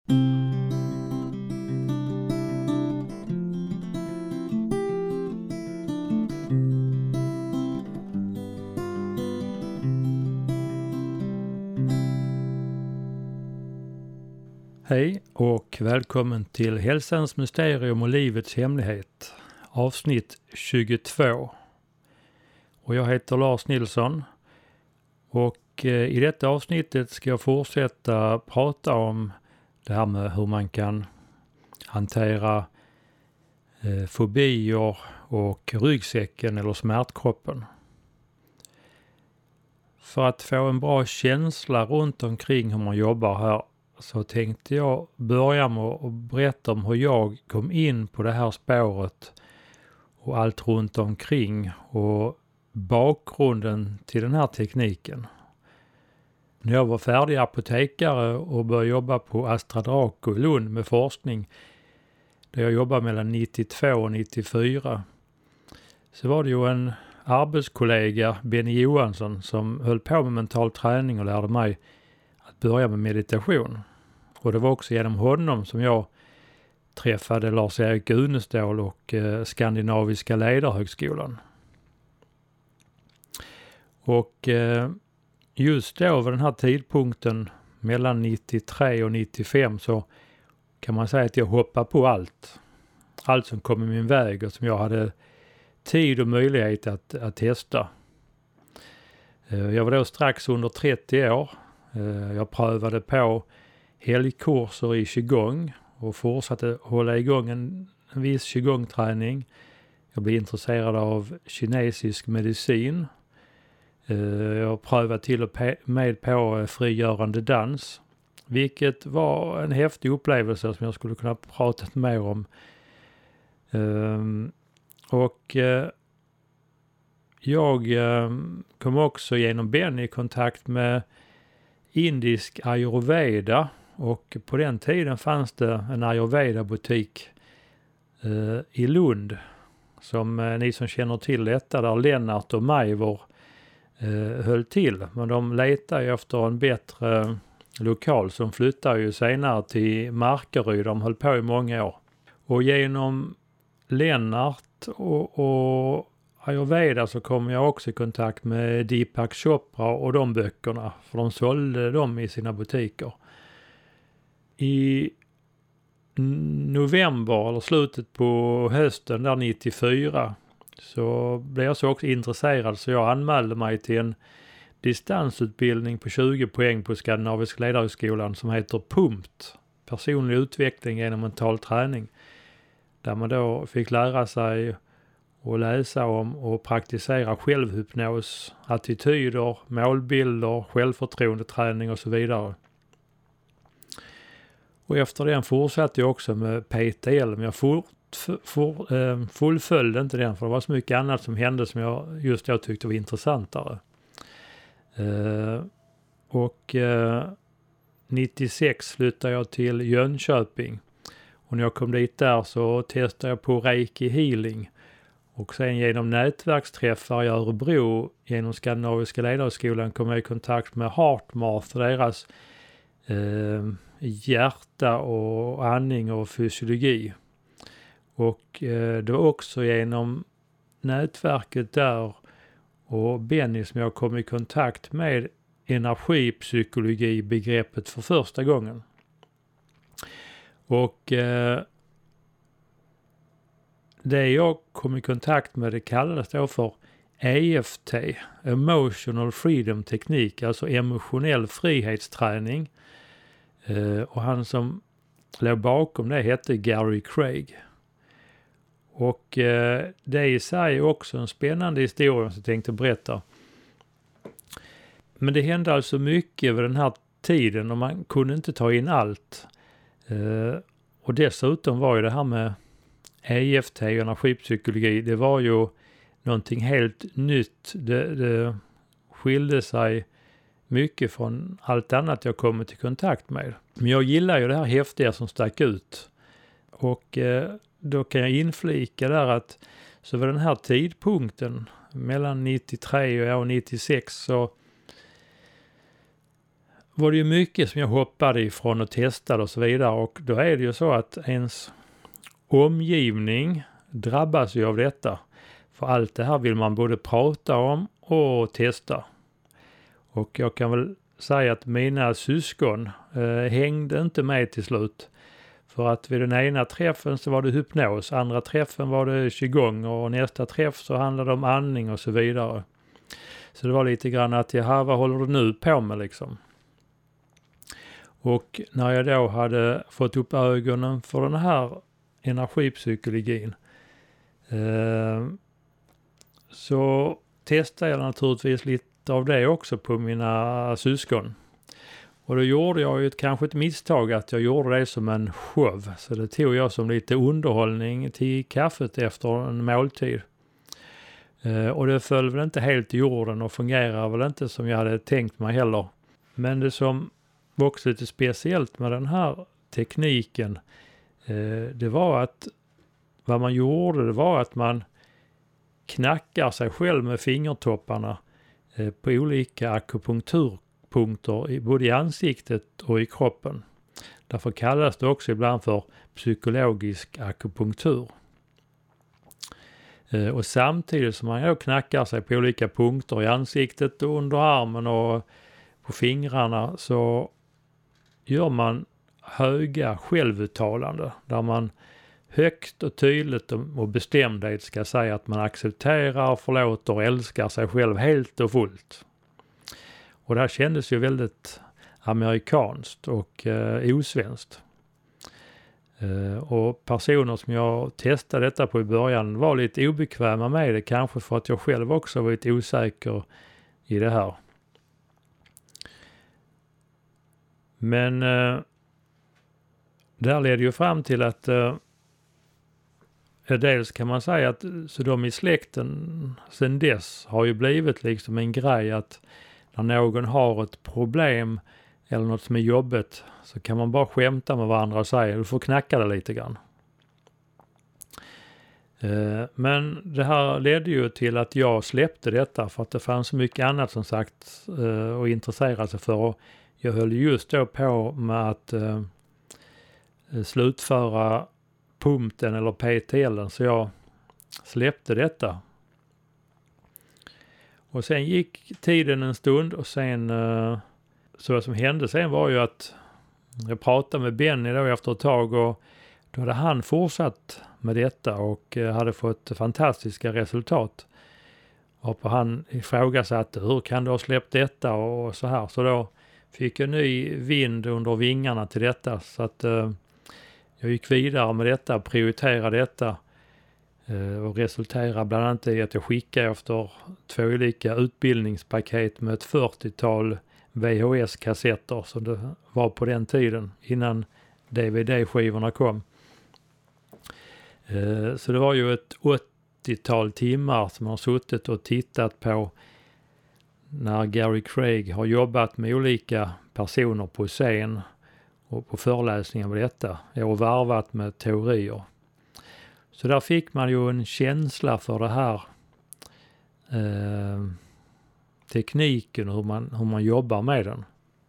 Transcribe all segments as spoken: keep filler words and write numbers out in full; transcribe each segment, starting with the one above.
Hej och välkommen till Hälsans mysterium och livets hemlighet, avsnitt tjugotvå. Och jag heter Lars Nilsson och i detta avsnittet ska jag fortsätta prata om det här med hur man kan hantera eh, fobier och ryggsäcken eller smärtkroppen. För att få en bra känsla runt omkring hur man jobbar här så tänkte jag börja med att berätta om hur jag kom in på det här spåret och allt runt omkring och bakgrunden till den här tekniken. När jag var färdig apotekare och började jobba på Astra Draco i Lund med forskning, där jag jobbade mellan nittiotvå och nittiofyra, så var det ju en arbetskollega, Benny Johansson, som höll på med mental träning och lärde mig att börja med meditation. Och det var också genom honom som jag träffade Lars-Erik Unestål och eh, Skandinaviska ledarhögskolan. Och eh, just då vid den här tidpunkten mellan nittiotre och nittiofem så kan man säga att jag hoppade på allt. Allt som kom i min väg och som jag hade tid och möjlighet att, att testa. Eh, jag var då strax under trettio år. Eh, jag prövade på helgkurser i qigong och fortsatte hålla igång en, en viss qigong-träning. Jag blev intresserad av kinesisk medicin. Jag prövade till och med på frigörande dans, vilket var en häftig upplevelse som jag skulle kunna prata mer om. Och jag kom också genom Benny i kontakt med indisk ayurveda. Och på den tiden fanns det en ayurveda-butik eh, i Lund som eh, ni som känner till detta, där Lennart och Majvor eh, höll till. Men de letade ju efter en bättre lokal som flyttade ju senare till Markaryd. De höll på i många år. Och genom Lennart och, och ayurveda så kom jag också i kontakt med Deepak Chopra och de böckerna. För de sålde dem i sina butiker. I november eller slutet på hösten där nittiofyra så blev jag så också intresserad så jag anmälde mig till en distansutbildning på tjugo poäng på Skandinaviska ledarhögskolan som heter P U M T, personlig utveckling genom mental träning, där man då fick lära sig och läsa om och praktisera självhypnos, attityder, målbilder, självförtroendeträning och så vidare. Och efter den fortsatte jag också med P T L, men jag for, for, eh, fullföljde inte den för det var så mycket annat som hände som jag just då tyckte var intressantare. Eh, och eh, nittiosex flyttade jag till Jönköping och när jag kom dit där så testade jag på Reiki Healing och sen genom nätverksträffar i Örebro genom Skandinaviska ledarhögskolan kom jag i kontakt med HeartMath och deras eh, hjärta och andning och fysiologi. Och eh, det var också genom nätverket där och Benny som jag kom i kontakt med energipsykologi-begreppet för första gången. Och eh, det jag kom i kontakt med det kallades då för E F T, Emotional Freedom Teknik, alltså emotionell frihetsträning. Uh, och han som låg bakom det hette Gary Craig. Och uh, det är i sig också en spännande historia som jag tänkte berätta. Men det hände alltså mycket vid den här tiden och man kunde inte ta in allt. Uh, och dessutom var ju det här med E F T och energipsykologi, det var ju någonting helt nytt. Det, det skilde sig mycket från allt annat jag kommit i kontakt med. Men jag gillar ju det här häftiga som stack ut. Och eh, då kan jag inflika där att så vid den här tidpunkten mellan nittiotre och nittiosex så var det ju mycket som jag hoppade ifrån och testade och så vidare, och då är det ju så att ens omgivning drabbas ju av detta. För allt det här vill man både prata om och testa. Och jag kan väl säga att mina syskon eh, hängde inte med till slut. För att vid den ena träffen så var det hypnos, andra träffen var det qigong och nästa träff så handlade det om andning och så vidare. Så det var lite grann att, jaha, vad håller du nu på med liksom? Och när jag då hade fått upp ögonen för den här energipsykologin eh, så testade jag naturligtvis lite av det också på mina syskon. Och då gjorde jag ju ett, kanske ett misstag att jag gjorde det som en show. Så det tog jag som lite underhållning till kaffet efter en måltid. Eh, och det föll väl inte helt i jorden och fungerar väl inte som jag hade tänkt mig heller. Men det som var också lite speciellt med den här tekniken, eh, det var att vad man gjorde, det var att man knackar sig själv med fingertopparna eh, på olika akupunkturpunkter i, både i ansiktet och i kroppen. Därför kallas det också ibland för psykologisk akupunktur. Eh, och samtidigt som man då knackar sig på olika punkter i ansiktet och under armen och på fingrarna, så gör man höga självuttalande där man högt och tydligt och bestämdhet ska säga att man accepterar, förlåter och älskar sig själv helt och fullt. Och det här kändes ju väldigt amerikanskt och eh, osvenskt. Eh, och personer som jag testade detta på i början var lite obekväma med det, kanske för att jag själv också var lite osäker i det här. Men eh, där ledde ju fram till att eh, dels kan man säga att så de i släkten sedan dess har ju blivit liksom en grej att när någon har ett problem eller något som är jobbigt så kan man bara skämta med varandra och säga du får knacka det lite grann. Eh, men det här ledde ju till att jag släppte detta för att det fanns så mycket annat som sagt eh, att intressera sig för. Och jag höll just då på med att eh, slutföra pumpen eller P T L, så jag släppte detta. Och sen gick tiden en stund och sen eh, så vad som hände sen var ju att jag pratade med Benny då efter ett tag, och då hade han fortsatt med detta och eh, hade fått fantastiska resultat. Och han ifrågasatte hur kan du ha släppt detta och så här. Så då fick jag ny vind under vingarna till detta, så att eh, jag gick vidare med detta, prioriterade detta eh, och resulterade bland annat i att jag skickade efter två olika utbildningspaket med ett fyrtiotal V H S-kassetter som det var på den tiden innan D V D-skivorna kom. Eh, så det var ju ett åttiotal timmar som jag har suttit och tittat på när Gary Craig har jobbat med olika personer på scen och på föreläsningar med detta. Jag har varvat med teorier. Så där fick man ju en känsla för det här eh, tekniken och hur man, hur man jobbar med den.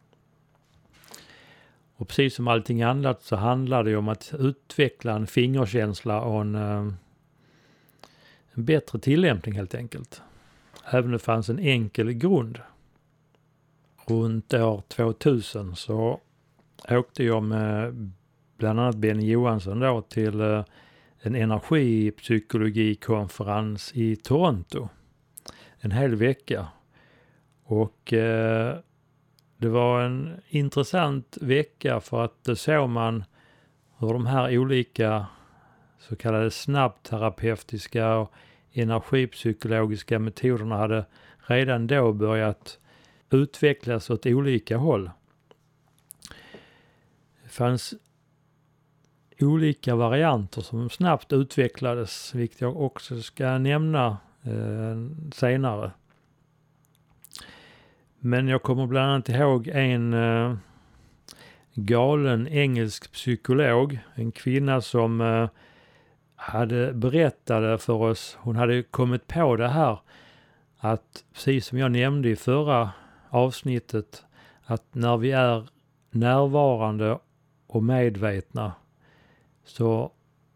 Och precis som allting annat så handlar det om att utveckla en fingerkänsla och en, eh, en bättre tillämpning helt enkelt. Även om det fanns en enkel grund. Runt år tvåtusen så åkte jag med bland annat Benny Johansson då till eh, en energipsykologikonferens i Toronto. En hel vecka. Och eh, det var en intressant vecka för att då såg man hur de här olika så kallade snabbterapeutiska och energipsykologiska metoderna hade redan då börjat utvecklas åt olika håll. Det fanns olika varianter som snabbt utvecklades, vilket jag också ska nämna eh, senare. Men jag kommer bland annat ihåg en eh, galen engelsk psykolog, en kvinna som eh, hade berättade för oss, hon hade kommit på det här att, precis som jag nämnde i förra avsnittet, att när vi är närvarande och medvetna så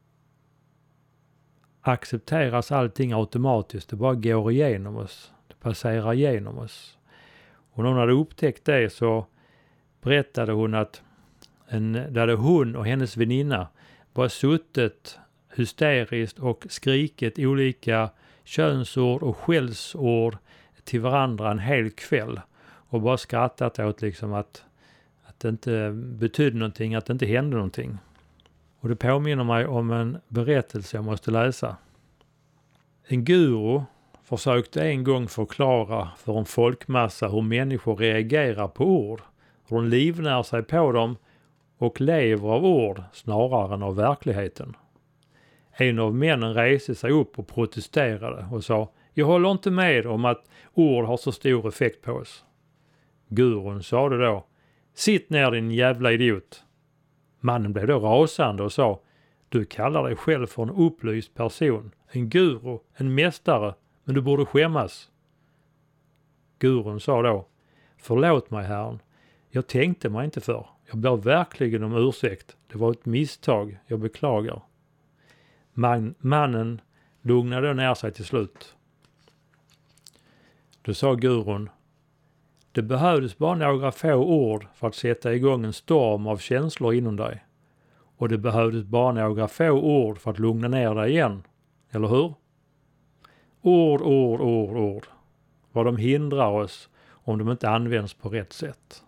accepteras allting automatiskt. Det bara går igenom oss. Det passerar igenom oss. Och när hon hade upptäckt det så berättade hon att en, där hade hon och hennes väninna bara suttit hysteriskt och skrikit olika könsord och skällsord till varandra en hel kväll. Och bara skrattat åt liksom att, att det inte betydde någonting, att det inte hände någonting. Och det påminner mig om en berättelse jag måste läsa. En guru försökte en gång förklara för en folkmassa hur människor reagerar på ord. Hur de livnär sig på dem och lever av ord snarare än av verkligheten. En av männen reste sig upp och protesterade och sa: jag håller inte med om att ord har så stor effekt på oss. Gurun sa det då: sitt ner din jävla idiot. Mannen blev då rasande och sa: du kallar dig själv för en upplyst person, en guru, en mästare, men du borde skämmas. Gurun sa då: förlåt mig herren, jag tänkte mig inte för. Jag ber verkligen om ursäkt. Det var ett misstag, jag beklagar. Man, mannen lugnade ner sig till slut. Då sa gurun: det behövdes bara några få ord för att sätta igång en storm av känslor inom dig. Och det behövdes bara några få ord för att lugna ner dig igen. Eller hur? Ord, ord, ord, ord. Vad de hindrar oss om de inte används på rätt sätt.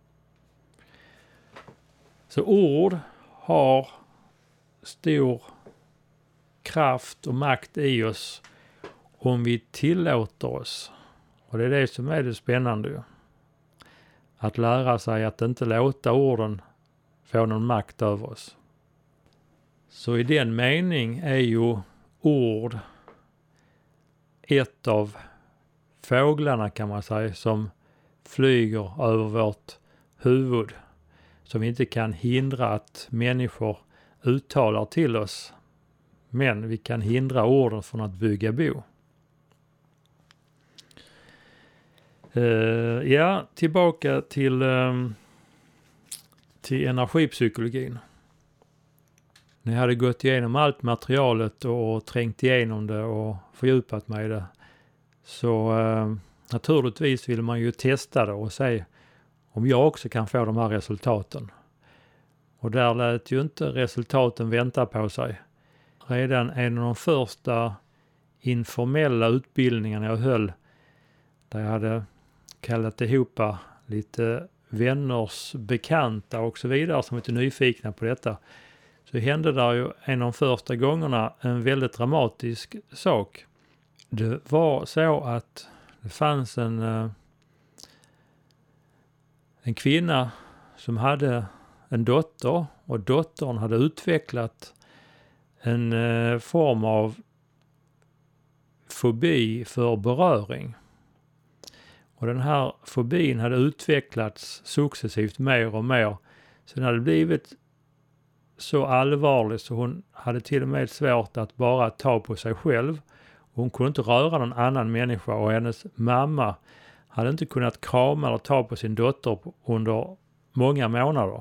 Så ord har stor kraft och makt i oss om vi tillåter oss. Och det är det som är det spännande. Att lära sig att inte låta orden få någon makt över oss. Så i den mening är ju ord ett av fåglarna, kan man säga, som flyger över vårt huvud. Som vi inte kan hindra att människor uttalar till oss. Men vi kan hindra orden från att bygga bo. Uh, ja, tillbaka till, um, till energipsykologin. När jag hade gått igenom allt materialet och trängt igenom det och fördjupat mig i det, så uh, naturligtvis vill man ju testa det och se om jag också kan få de här resultaten. Och där lät ju inte resultaten vänta på sig. Redan en av de första informella utbildningarna jag höll, där jag hade kallat ihop lite vänners bekanta och så vidare som var lite nyfikna på detta, så hände där ju en av de första gångerna en väldigt dramatisk sak. Det var så att det fanns en, en kvinna som hade en dotter, och dottern hade utvecklat en form av fobi för beröring. Och den här fobin hade utvecklats successivt mer och mer. Sen hade det blivit så allvarligt så hon hade till och med svårt att bara ta på sig själv. Hon kunde inte röra någon annan människa, och hennes mamma hade inte kunnat krama eller ta på sin dotter under många månader.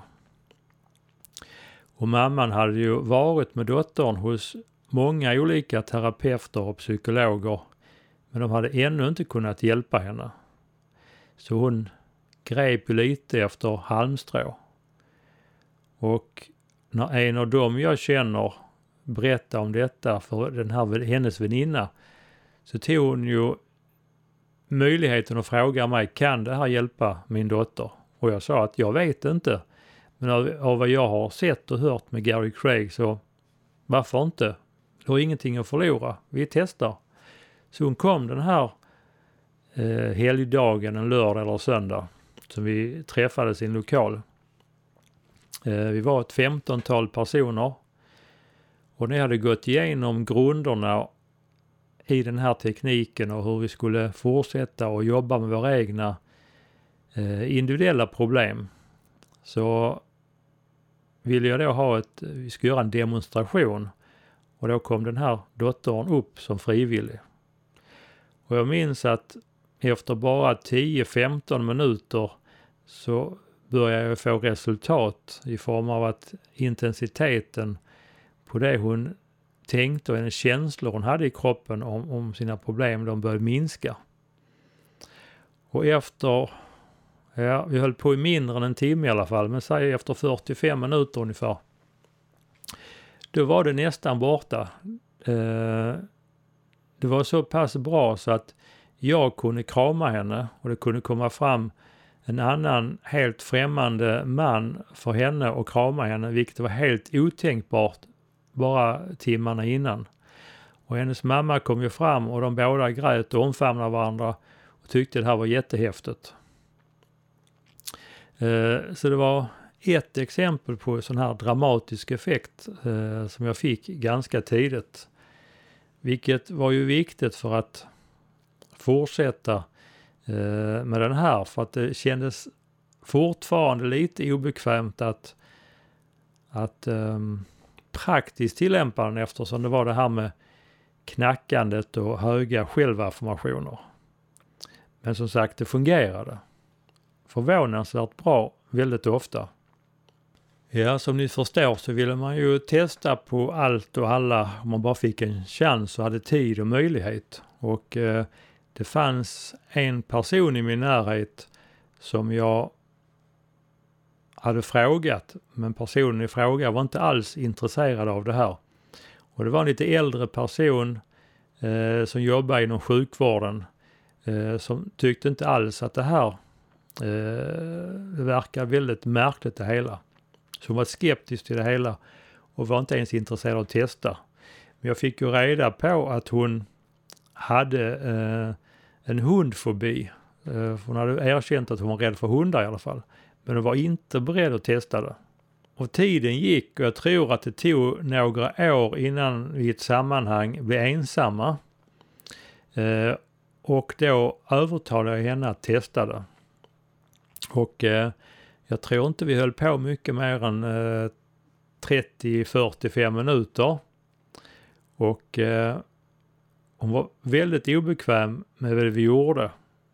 Och mamman hade ju varit med dottern hos många olika terapeuter och psykologer, men de hade ännu inte kunnat hjälpa henne. Så hon grep lite efter halmstrå. Och när en av dem jag känner berättade om detta för den här, hennes väninna, så tog hon ju möjligheten att fråga mig: kan det här hjälpa min dotter? Och jag sa att jag vet inte. Men av, av vad jag har sett och hört med Gary Craig, så varför inte? Det har ingenting att förlora. Vi testar. Så hon kom den här eh, helgdagen, en lördag eller söndag, som vi träffades i en lokal. Eh, vi var ett femtontal personer. Och ni hade gått igenom grunderna i den här tekniken och hur vi skulle fortsätta och jobba med våra egna eh, individuella problem. Så ville jag då ha ett, vi skulle göra en demonstration, och då kom den här dottern upp som frivillig. Och jag minns att efter bara tio femton minuter så började jag få resultat i form av att intensiteten på det hon tänkte och hennes känslor hon hade i kroppen om, om sina problem, de började minska. Och efter, ja, vi höll på i mindre än en timme i alla fall, men säg efter fyrtiofem minuter ungefär, då var det nästan borta. Eh, det var så pass bra så att jag kunde krama henne och det kunde komma fram en annan helt främmande man för henne och krama henne, vilket var helt otänkbart bara timmarna innan. Och hennes mamma kom ju fram och de båda grät och omfamnade varandra och tyckte det här var jättehäftigt. Eh, så det var ett exempel på en sån här dramatisk effekt eh, som jag fick ganska tidigt. Vilket var ju viktigt för att fortsätta eh, med den här, för att det kändes fortfarande lite obekvämt att, att eh, praktiskt tillämpa den, eftersom det var det här med knackandet och höga självaffirmationer. Men som sagt, det fungerade förvånansvärt bra väldigt ofta. Ja, som ni förstår så ville man ju testa på allt och alla om man bara fick en chans och hade tid och möjlighet. Och eh, det fanns en person i min närhet som jag hade frågat, men personen i fråga var inte alls intresserad av det här. Och det var en lite äldre person eh, som jobbade inom sjukvården eh, som tyckte inte alls att det här eh, det verkar väldigt märkligt det hela. Som var skeptisk till det hela och var inte ens intresserad av att testa. Men jag fick ju reda på att hon hade eh, en hundfobi. Eh, hon hade erkänt att hon var rädd för hundar i alla fall. Men hon var inte beredd att testa det. Och tiden gick och jag tror att det tog några år innan vi i ett sammanhang blev ensamma. Eh, och då övertalade jag henne att testa det. Och eh, jag tror inte vi höll på mycket mer än eh, trettio till fyrtiofem minuter. Och eh, hon var väldigt obekväm med vad vi gjorde.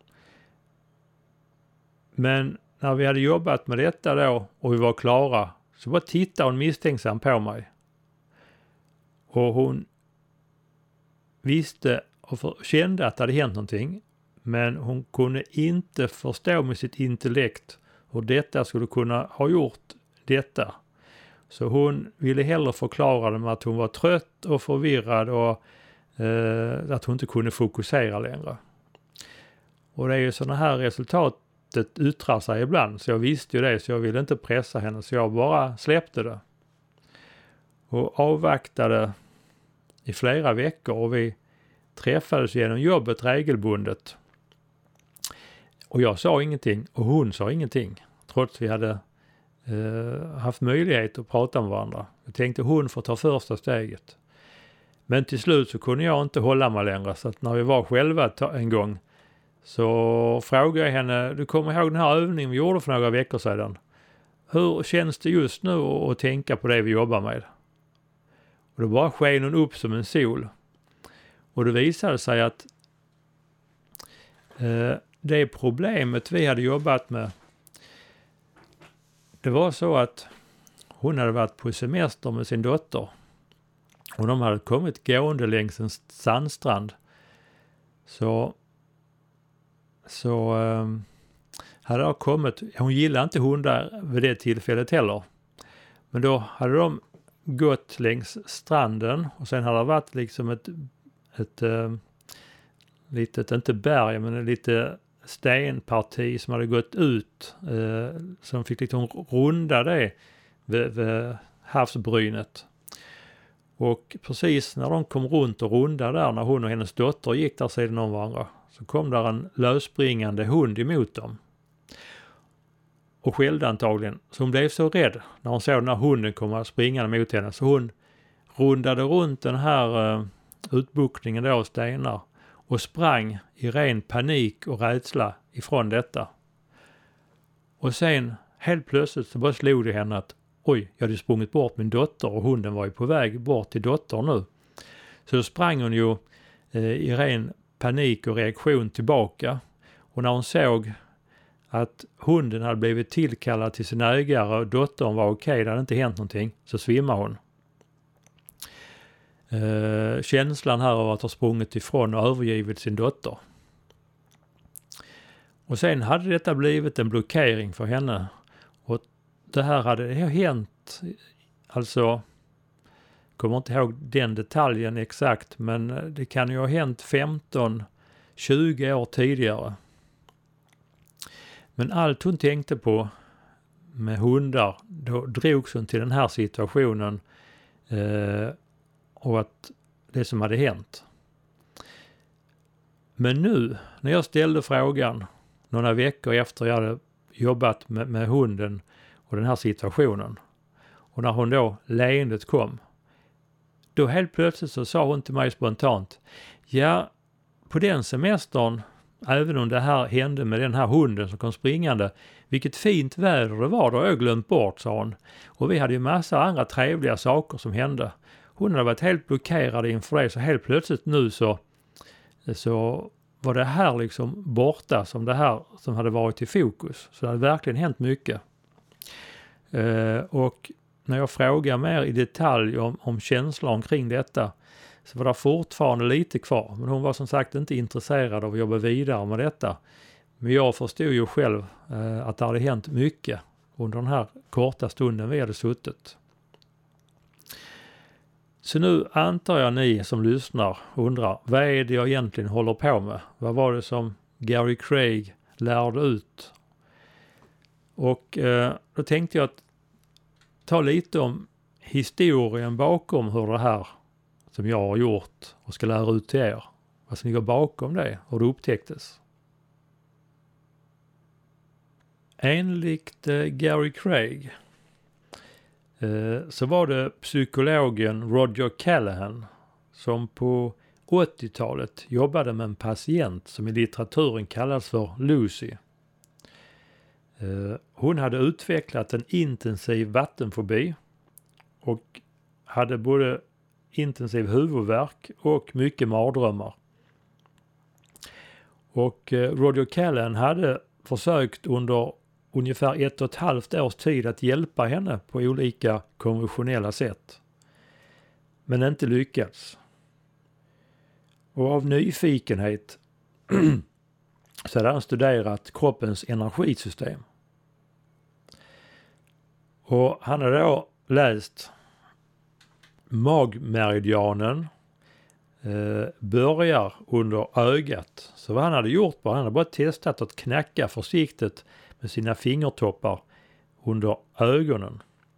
Men när vi hade jobbat med detta då och vi var klara, så bara tittade hon misstänksam på mig. Och hon visste och kände att det hade hänt någonting. Men hon kunde inte förstå med sitt intellekt hur detta skulle kunna ha gjort detta. Så hon ville hellre förklara det med att hon var trött och förvirrad och eh, att hon inte kunde fokusera längre. Och det är ju sådana här resultat det yttrar sig ibland, så jag visste ju det, så jag ville inte pressa henne, så jag bara släppte det. Och avvaktade i flera veckor och vi träffades genom jobbet regelbundet. Och jag sa ingenting och hon sa ingenting, trots vi hade eh, haft möjlighet att prata med varandra. Jag tänkte hon får ta första steget. Men till slut så kunde jag inte hålla mig längre, så att när vi var själva en gång så frågade jag henne, du kommer ihåg den här övningen vi gjorde för några veckor sedan? Hur känns det just nu att tänka på det vi jobbar med? Och då bara sken hon upp som en sol. Och det visade sig att eh, det problemet vi hade jobbat med, det var så att hon hade varit på semester med sin dotter. Och de hade kommit gående längs en sandstrand. Så Så eh, hade det kommit, hon gillade inte hundar vid det tillfället heller. Men då hade de gått längs stranden och sen hade det varit liksom ett, ett eh, litet, inte berg men ett lite stenparti som hade gått ut. Eh, så de fick liksom runda det vid, vid havsbrynet. Och precis när de kom runt och runda där, när hon och hennes dotter gick där sidan om varandra, så kom där en lösspringande hund emot dem. Och skällde antagligen. Så hon blev så rädd när hon såg den här hunden komma springande mot henne. Så hon rundade runt den här uh, utbuktningen då av stenar och sprang i ren panik och rädsla ifrån detta. Och sen helt plötsligt så bara slog det henne att oj, jag hade sprungit bort min dotter och hunden var ju på väg bort till dottern nu. Så då sprang hon ju uh, i ren panik och reaktion tillbaka. Och när hon såg att hunden hade blivit tillkallad till sin ägare och dottern var okej, det hade inte hänt någonting, så svimmar hon. Eh, känslan här av att ha sprungit ifrån och övergivit sin dotter. Och sen hade detta blivit en blockering för henne. Och det här hade hänt, alltså, kommer inte ihåg den detaljen exakt, men det kan ju ha hänt femton tjugo år tidigare. Men allt hon tänkte på med hundar, då drogs hon till den här situationen eh, och att det som hade hänt. Men nu, när jag ställde frågan några veckor efter jag hade jobbat med, med hunden och den här situationen, och när hon då leendet kom, då helt plötsligt så sa hon till mig spontant, ja, på den semestern, även om det här hände med den här hunden som kom springande, vilket fint väder det var, då har jag glömt bort, sa hon. Och vi hade ju massa andra trevliga saker som hände. Hon hade varit helt blockerad inför det, så helt plötsligt nu så, så var det här liksom borta som det här som hade varit i fokus. Så det hade verkligen hänt mycket. Eh, och när jag frågar mer i detalj om, om känslor omkring detta, så var det fortfarande lite kvar. Men hon var som sagt inte intresserad av att jobba vidare med detta. Men jag förstod ju själv eh, att det hade hänt mycket under den här korta stunden vi hade suttit. Så nu antar jag ni som lyssnar undrar, vad är det jag egentligen håller på med? Vad var det som Gary Craig lärde ut? Och eh, då tänkte jag att ta lite om historien bakom hur det här som jag har gjort och ska lära ut till er. Vad som ligger bakom det och det upptäcktes. Enligt eh, Gary Craig eh, så var det psykologen Roger Callahan som på åttiotalet jobbade med en patient som i litteraturen kallas för Lucy. Eh, hon hade utvecklat en intensiv vattenfobi och hade både intensiv huvudvärk och mycket mardrömmar. Och eh, Roger Callahan hade försökt under ungefär ett och ett halvt års tid att hjälpa henne på olika konventionella sätt. Men inte lyckats. Och av nyfikenhet så hade han studerat kroppens energisystem. Och han hade då läst magmeridianen eh, börjar under ögat. Så vad han hade gjort var, han hade bara testat att knacka försiktigt med sina fingertoppar under ögonen.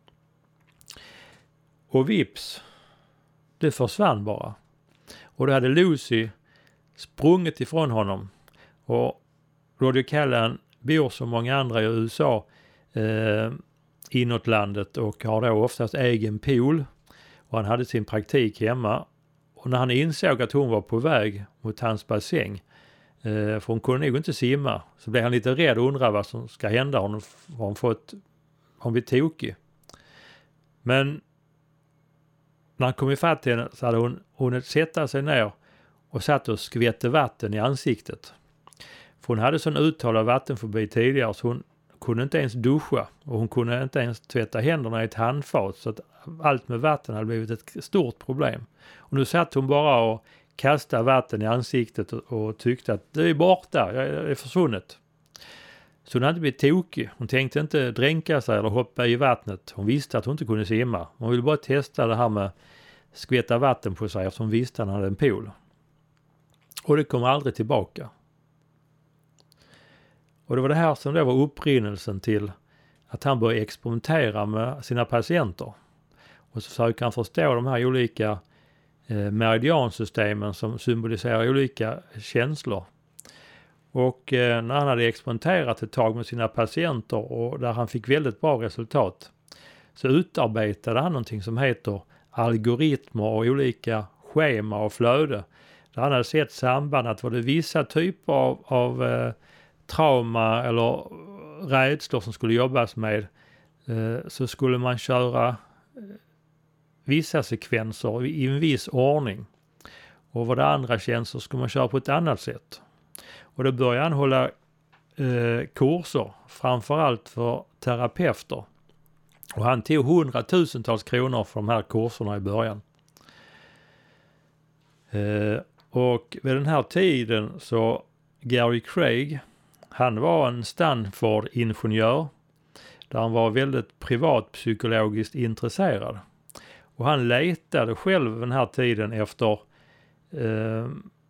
Och vips, det försvann bara. Och då hade Lucy sprungit ifrån honom. Och Roger Callahan bor som många andra i U S A eh, inåt landet och har då oftast egen pool. Och han hade sin praktik hemma. Och när han insåg att hon var på väg mot hans bassäng, eh, för hon kunde nog inte simma, så blev han lite rädd och undrade vad som ska hända. Hon har hon fått, hon blir tokig. Men när han kom ifatt till henne så hade hon hunnit sätta sig ner och satt och skvätte vatten i ansiktet. För hon hade sån uttalad vattenfobi tidigare så hon kunde inte ens duscha och hon kunde inte ens tvätta händerna i ett handfat, så att allt med vatten hade blivit ett stort problem. Och nu satt hon bara och kastade vatten i ansiktet och, och tyckte att det är borta, jag är försvunnet. Så hon hade blivit tokig. Hon tänkte inte dränka sig eller hoppa i vattnet. Hon visste att hon inte kunde simma. Hon ville bara testa det här med skvätta vatten på sig eftersom hon visste att han hade en pool. Och det kom aldrig tillbaka. Och det var det här som det var upprinnelsen till att han började experimentera med sina patienter. Och så försöker han förstå de här olika eh, meridiansystemen som symboliserar olika känslor. Och eh, när han hade experimenterat ett tag med sina patienter och där han fick väldigt bra resultat, så utarbetade han någonting som heter algoritmer och olika schema och flöde. Där han hade sett samband att var det vissa typer av, av eh, trauma eller rädslor som skulle jobbas med, eh, så skulle man köra eh, vissa sekvenser i en viss ordning. Och vad det andra känns så skulle man köra på ett annat sätt. Och då började han hålla eh, kurser, framförallt för terapeuter. Och han tog hundratusentals kronor för de här kurserna i början. Eh, och vid den här tiden så Gary Craig, han var en Stanford-ingenjör där han var väldigt privatpsykologiskt intresserad. Och han letade själv den här tiden efter eh,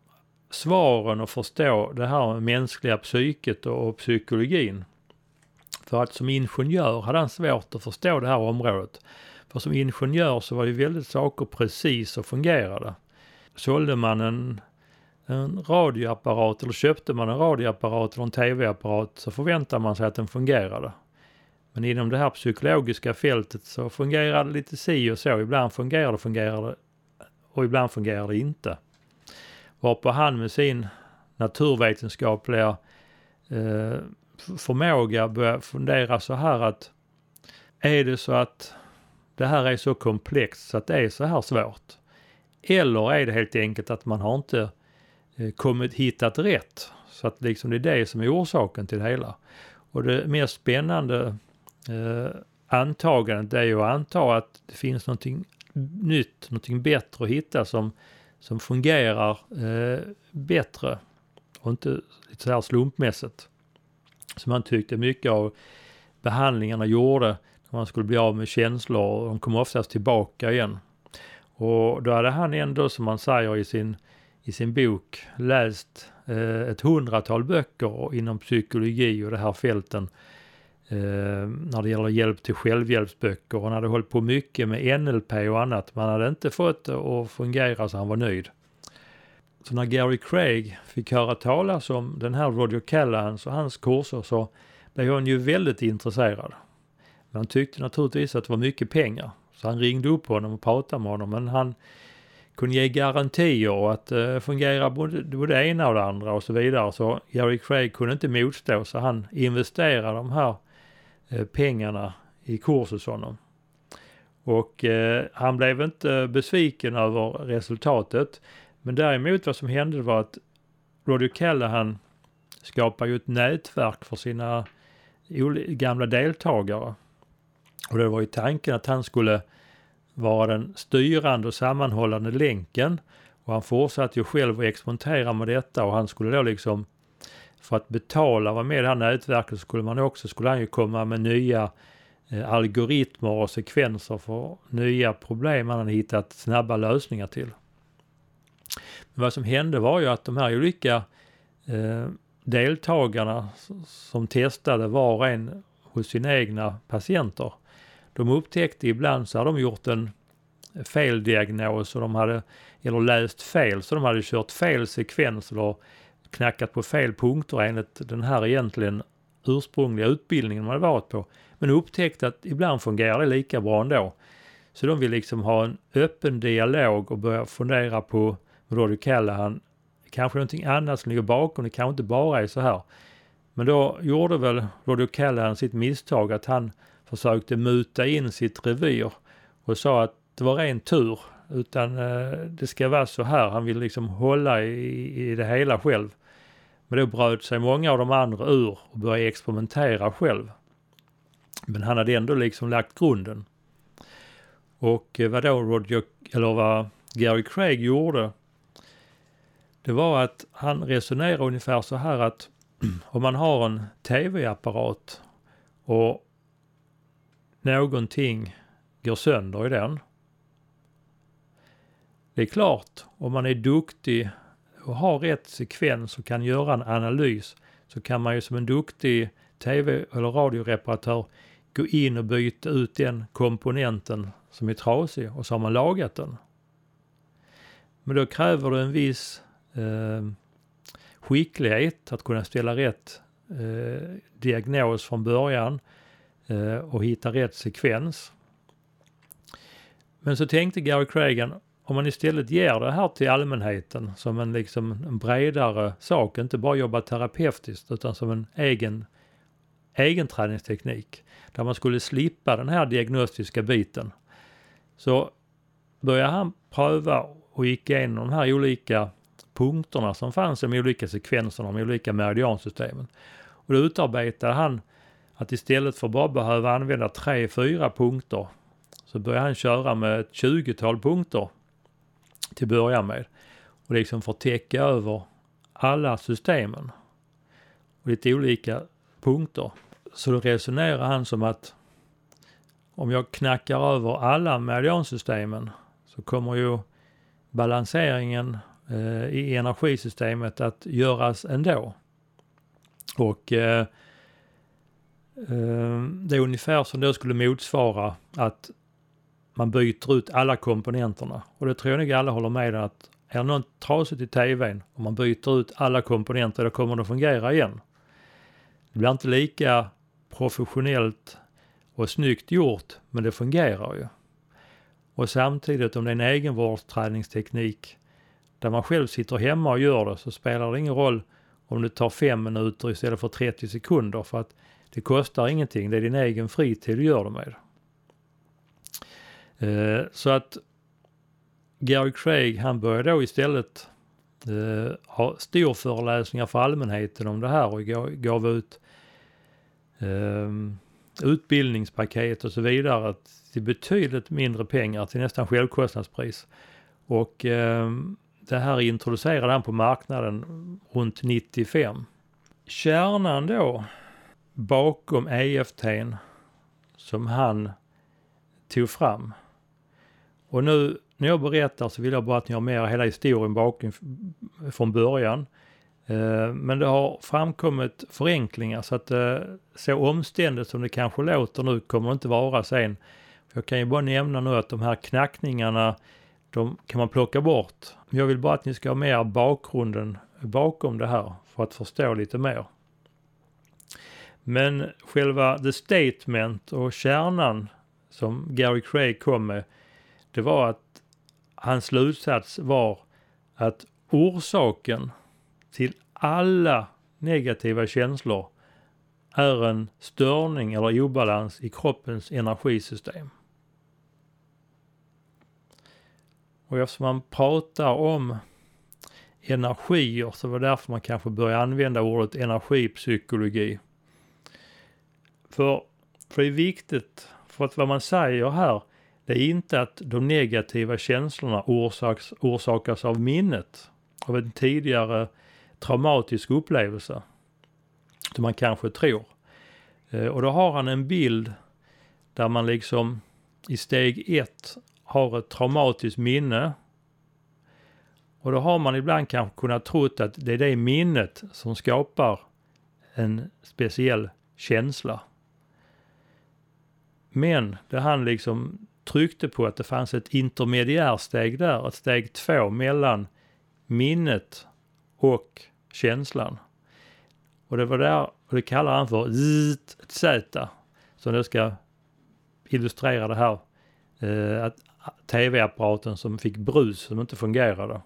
svaren och förstå det här med mänskliga psyket och, och psykologin. För att som ingenjör hade han svårt att förstå det här området. För som ingenjör så var ju väldigt saker precis och fungerade. Sålde man en, en radioapparat eller köpte man en radioapparat eller en tv-apparat så förväntar man sig att den fungerade. Men inom det här psykologiska fältet så fungerar det lite si och så. Ibland fungerar det, fungerar det och ibland fungerar det inte. Varpå han med sin naturvetenskapliga eh, förmåga börjar fundera så här att är det så att det här är så komplext så att det är så här svårt? Eller är det helt enkelt att man har inte eh, kommit hittat rätt? Så att liksom det är det som är orsaken till det hela. Och det mest spännande eh, antagandet är ju att anta att det finns någonting nytt, någonting bättre att hitta som, som fungerar eh, bättre och inte lite så här slumpmässigt. Som man tyckte mycket av behandlingarna gjorde när man skulle bli av med känslor och de kom oftast tillbaka igen. Och då hade han ändå, som man säger i sin, i sin bok, läst eh, ett hundratal böcker inom psykologi och det här fälten eh, när det gäller hjälp till självhjälpsböcker. Och han hade hållit på mycket med N L P och annat. Man hade inte fått det att fungera så han var nöjd. Så när Gary Craig fick höra talas om den här Roger Callahans och hans kurser så blev han ju väldigt intresserad. Men han tyckte naturligtvis att det var mycket pengar. Så han ringde upp honom och pratade med honom. Men han kunde ge garantier och att det uh, fungerar både, både det ena och det andra och så vidare. Så Gary Craig kunde inte motstå så han investerade de här uh, pengarna i kurs hos honom. Och uh, han blev inte besviken över resultatet. Men däremot vad som hände var att Roger Callahan skapade ju ett nätverk för sina gamla deltagare. Och det var ju tanken att han skulle vara den styrande och sammanhållande länken. Och han fortsatte ju själv att experimentera med detta. Och han skulle då liksom, för att betala vara med i det här nätverket så skulle man också, skulle han ju komma med nya eh, algoritmer och sekvenser för nya problem han hade hittat snabba lösningar till. Men vad som hände var ju att de här olika eh, deltagarna som testade var och en hos sina egna patienter. De upptäckte ibland så hade de gjort en feldiagnos och de hade, eller läst fel så de hade kört fel sekvens eller knackat på fel punkter enligt den här egentligen ursprungliga utbildningen de hade varit på. Men upptäckte att ibland fungerar det lika bra ändå. Så de vill liksom ha en öppen dialog och börja fundera på Roger Callahan, kanske någonting annat som ligger bakom, det kanske inte bara är så här. Men då gjorde väl Roger Callahan sitt misstag att han försökte muta in sitt revir och sa att det var ren tur utan eh, det ska vara så här. Han vill liksom hålla i, i det hela själv. Men då bröt sig många av de andra ur och började experimentera själv. Men han hade ändå liksom lagt grunden. Och eh, vad då Roger, eller vad Gary Craig gjorde, det var att han resonerade ungefär så här att om man har en tv-apparat och någonting går sönder i den. Det är klart, om man är duktig och har rätt sekvens och kan göra en analys så kan man ju som en duktig tv- eller radioreparatör gå in och byta ut den komponenten som är trasig och så har man lagat den. Men då kräver det en viss eh, skicklighet att kunna ställa rätt eh, diagnos från början eh, och hitta rätt sekvens. Men så tänkte Gary Craig, om man istället ger det här till allmänheten som en, liksom, en bredare sak, inte bara jobba terapeutiskt utan som en egen, egen träningsteknik där man skulle slippa den här diagnostiska biten. Så började han pröva och gick igenom de här olika punkterna som fanns i de olika sekvenserna, de olika meridiansystemen. Och då utarbetade han att istället för bara behöva använda tre, fyra punkter så började han köra med ett tjugotal punkter till börja med. Och liksom för att täcka över alla systemen. Och lite olika punkter. Så då resonerar han som att om jag knackar över alla mediansystemen så kommer ju balanseringen eh, i energisystemet att göras ändå. Och eh, eh, det är ungefär som det skulle motsvara att man byter ut alla komponenterna. Och det tror jag nog alla håller med om, att är det något trasigt i tvn och man byter ut alla komponenter, då kommer det fungera igen. Det blir inte lika professionellt och snyggt gjort, men det fungerar ju. Och samtidigt om det är en egenvårdsträningsteknik där man själv sitter hemma och gör det, så spelar det ingen roll om det tar fem minuter istället för trettio sekunder, för att det kostar ingenting. Det är din egen fritid du gör det med. Eh, så att Gary Craig, han började då istället eh, ha stor föreläsningar för allmänheten om det här och gav, gav ut eh, utbildningspaket och så vidare till betydligt mindre pengar, till nästan självkostnadspris. Och eh, det här introducerade han på marknaden runt nittiofem. Kärnan då bakom E F T:n som han tog fram. Och nu när jag berättar så vill jag bara att ni har med hela historien bakom från början. Eh, men det har framkommit förenklingar så att eh, så omständigt som det kanske låter nu kommer det inte vara sen. För jag kan ju bara nämna nu att de här knackningarna, de kan man plocka bort. Jag vill bara att ni ska ha med bakgrunden bakom det här för att förstå lite mer. Men själva the statement och kärnan som Gary Craig kom med, det var att hans slutsats var att orsaken till alla negativa känslor är en störning eller obalans i kroppens energisystem. Och eftersom man pratar om energier så var det därför man kanske börjar använda ordet energipsykologi. För, för det är viktigt, för att vad man säger här, det är inte att de negativa känslorna orsaks, orsakas av minnet av en tidigare traumatisk upplevelse som man kanske tror. Eh, och då har han en bild där man liksom i steg ett har ett traumatiskt minne. Och då har man ibland kanske kunnat tro att det är det minnet som skapar en speciell känsla. Men det han liksom tryckte på att det fanns ett intermediärsteg där, ett steg två mellan minnet och känslan. Och det var där, och det kallar han för Z, som det ska illustrera det här eh, att tv-apparaten som fick brus som inte fungerade.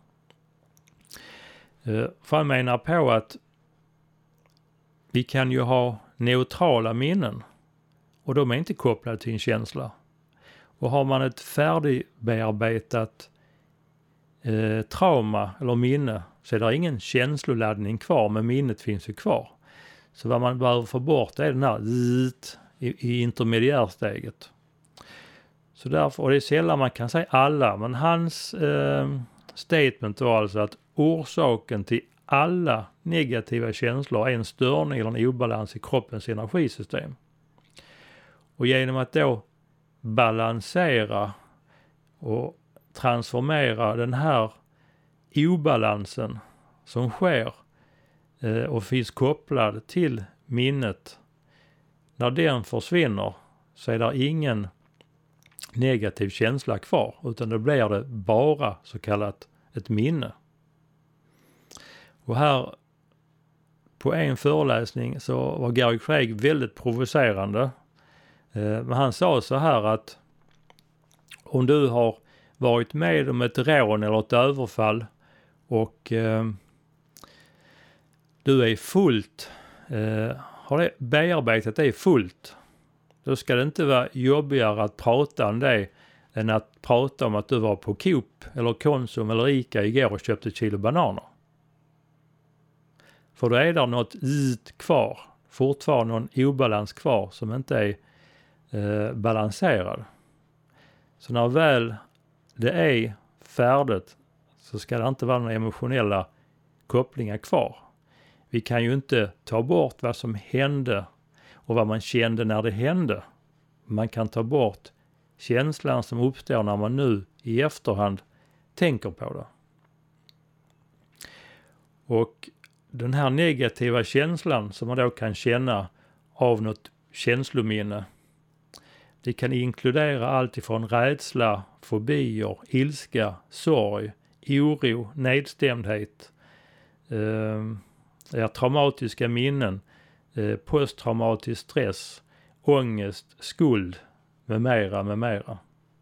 Eh, för han menar på att vi kan ju ha neutrala minnen och de är inte kopplade till en känsla. Och har man ett färdigbearbetat eh, trauma eller minne så är det ingen känsloladdning kvar, men minnet finns ju kvar. Så vad man behöver få bort är den här zzzt i, i intermediärsteget. Så därför, och det är sällan man kan säga alla, men hans eh, statement var alltså att orsaken till alla negativa känslor är en störning eller en obalans i kroppens energisystem. Och genom att då balansera och transformera den här obalansen som sker eh, och finns kopplad till minnet, när den försvinner så är det ingen negativ känsla kvar, utan då blir det bara så kallat ett minne. Och här på en föreläsning så var Gary Craig väldigt provocerande. Eh, men han sa så här att om du har varit med om ett rån eller ett överfall och eh, du är fullt, eh, har det bearbetat det fullt, då ska det inte vara jobbigare att prata om det än att prata om att du var på Coop eller Konsum eller Ica igår och köpte ett kilo bananer. För då är det något zzzt kvar. fortfarande någon obalans kvar som inte är eh, balanserad. Så när väl det är färdigt så ska det inte vara några emotionella kopplingar kvar. Vi kan ju inte ta bort vad som hände och vad man kände när det hände. Man kan ta bort känslan som uppstår när man nu i efterhand tänker på det. Och den här negativa känslan som man då kan känna av något känslominne, det kan inkludera allt ifrån rädsla, fobier, ilska, sorg, oro, nedstämdhet, eh, ja, traumatiska minnen, eh, posttraumatisk stress, ångest, skuld med mera, med mera.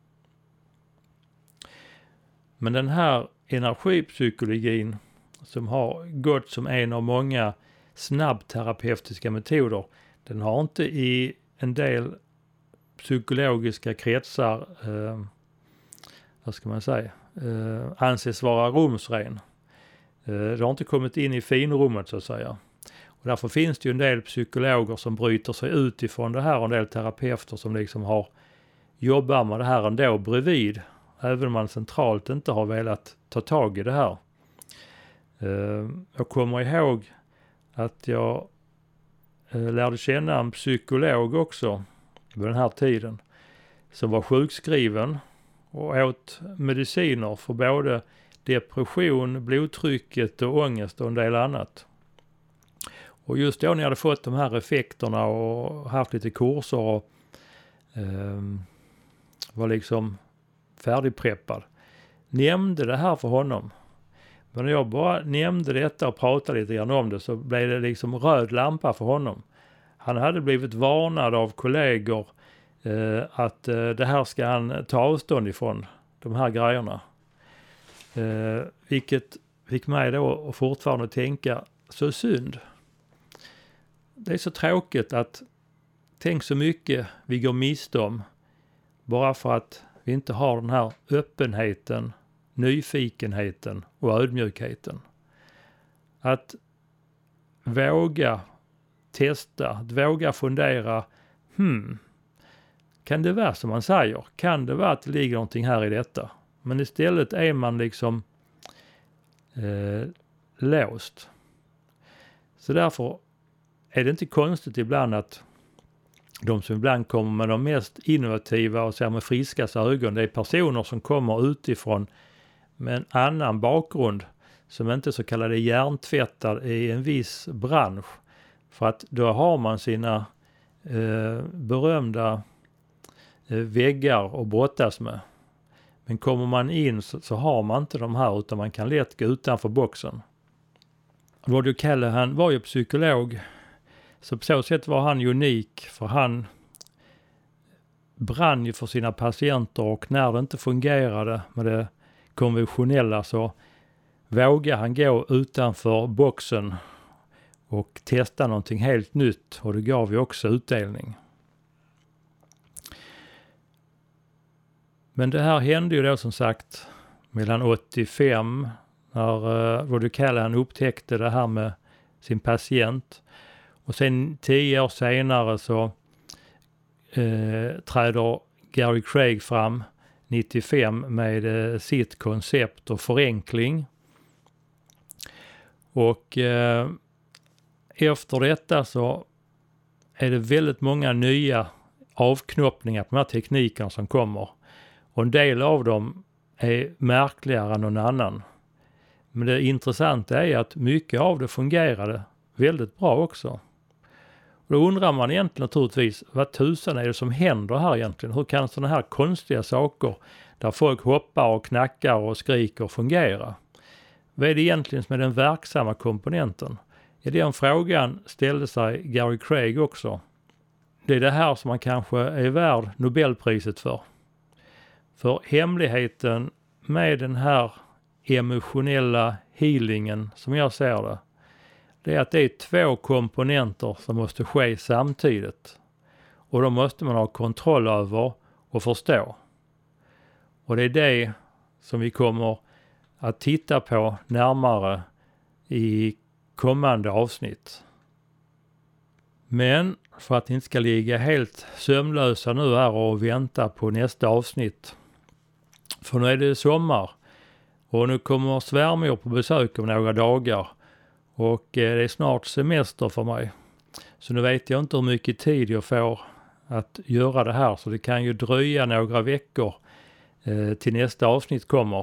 Men den här energipsykologin som har gått som en av många snabbterapeutiska metoder, den har inte i en del psykologiska kretsar, eh, vad ska man säga, eh, anses vara rumsren. Eh, det har inte kommit in i finrummet så att säga. Och därför finns det ju en del psykologer som bryter sig ut ifrån det här och en del terapeuter som liksom har jobbat med det här ändå bredvid, även om man centralt inte har velat ta tag i det här. Eh, jag kommer ihåg att jag eh, lärde känna en psykolog också på den här tiden som var sjukskriven och åt mediciner för både depression, blodtrycket och ångest och en del annat. Och just då när jag hade fått de här effekterna och haft lite kurser och eh, var liksom färdigpreppad, nämnde det här för honom. Men när jag bara nämnde detta och pratade lite grann om det så blev det liksom röd lampa för honom. Han hade blivit varnad av kollegor eh, att eh, det här ska han ta avstånd ifrån, de här grejerna. Eh, vilket fick mig då att fortfarande tänka, så synd. Det är så tråkigt att tänk så mycket vi går miste om bara för att vi inte har den här öppenheten, nyfikenheten och ödmjukheten. Att våga testa, att våga fundera, hmm, kan det vara som man säger? Kan det vara att det ligger någonting här i detta? Men istället är man liksom eh, låst. Så därför är det inte konstigt ibland att de som ibland kommer med de mest innovativa och ser med friskast ögon, det är personer som kommer utifrån med en annan bakgrund som inte är så kallade hjärntvättad i en viss bransch. För att då har man sina eh, berömda eh, väggar att brottas med. Men kommer man in så, så har man inte de här utan man kan lätt gå utanför boxen. Roger Callahan var ju psykolog, så på så sätt var han unik för han brann ju för sina patienter och när det inte fungerade med det konventionella så vågade han gå utanför boxen och testa någonting helt nytt och det gav ju också utdelning. Men det här hände ju då som sagt mellan åttiofem när uh, Roger Callahan upptäckte det här med sin patient. Och sen tio år senare så uh, träder Gary Craig fram nittiofem med uh, sitt koncept och förenkling. Och uh, efter detta så är det väldigt många nya avknoppningar på de här teknikerna som kommer. Och en del av dem är märkligare än någon annan. Men det intressanta är att mycket av det fungerade väldigt bra också. Och då undrar man egentligen naturligtvis, vad tusan är det som händer här egentligen? Hur kan sådana här konstiga saker där folk hoppar och knackar och skriker fungera? Vad är det egentligen som är den verksamma komponenten? Ja, den frågan ställde sig Gary Craig också. Det är det här som man kanske är värd Nobelpriset för. För hemligheten med den här emotionella healingen som jag ser det, det är att det är två komponenter som måste ske samtidigt. Och då måste man ha kontroll över och förstå. Och det är det som vi kommer att titta på närmare i kommande avsnitt. Men för att ni inte ska ligga helt sömnlösa nu här och vänta på nästa avsnitt. För nu är det sommar och nu kommer svärmor på besök om några dagar. Och det är snart semester för mig. Så nu vet jag inte hur mycket tid jag får att göra det här. Så det kan ju dröja några veckor eh, till nästa avsnitt kommer.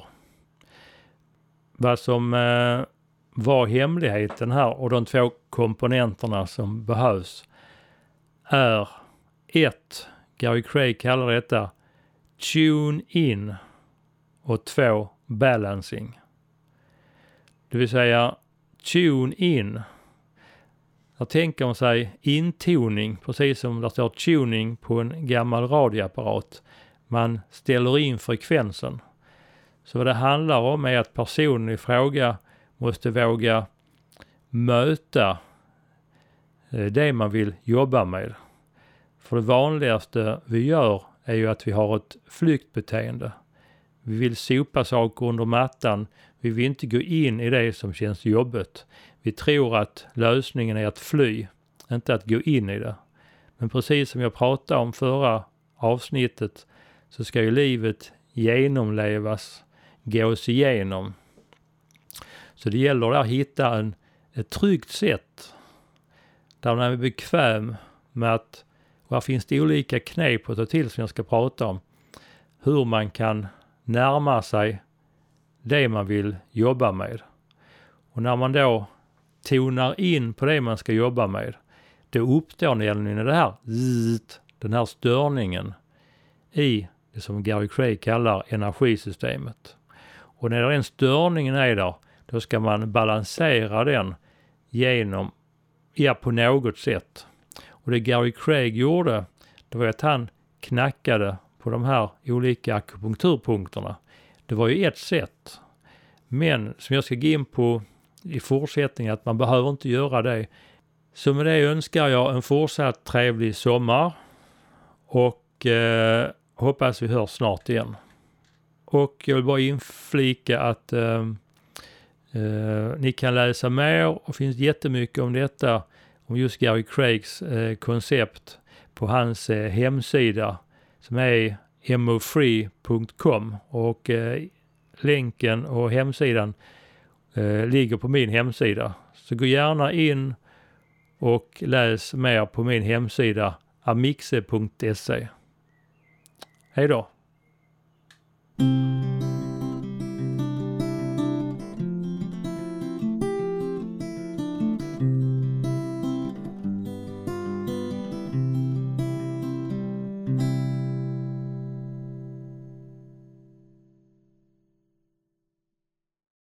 Vad som eh, var hemligheten här och de två komponenterna som behövs är ett, Gary Craig kallar detta tune in och två, balancing. Det vill säga tune in. Där tänker man sig intoning, precis som det står tuning på en gammal radioapparat. Man ställer in frekvensen. Så vad det handlar om är att personen i fråga måste våga möta det man vill jobba med. För det vanligaste vi gör är ju att vi har ett flyktbeteende. Vi vill sopa saker under mattan. Vi vill inte gå in i det som känns jobbigt. Vi tror att lösningen är att fly, inte att gå in i det. Men precis som jag pratade om förra avsnittet så ska ju livet genomlevas, gås igenom. Så det gäller att hitta en, ett tryggt sätt där man är bekväm med att, och här finns det olika knep att ta till som jag ska prata om, hur man kan närma sig det man vill jobba med. Och när man då tonar in på det man ska jobba med, då uppstår nämligen det här, den här störningen i det som Gary Craig kallar energisystemet. Och när den störningen är där, då ska man balansera den genom, ja, på något sätt. Och det Gary Craig gjorde, det var att han knackade på de här olika akupunkturpunkterna. Det var ju ett sätt. Men som jag ska gå in på i fortsättningen, att man behöver inte göra det. Så med det önskar jag en fortsatt trevlig sommar. Och eh, hoppas vi hörs snart igen. Och jag vill bara inflika att eh, eh, ni kan läsa mer och finns jättemycket om detta. Om just Gary Craigs eh, koncept på hans eh, hemsida som är m o free punkt com. Och eh, länken och hemsidan eh, ligger på min hemsida. Så gå gärna in och läs mer på min hemsida amixe punkt se. Hej då!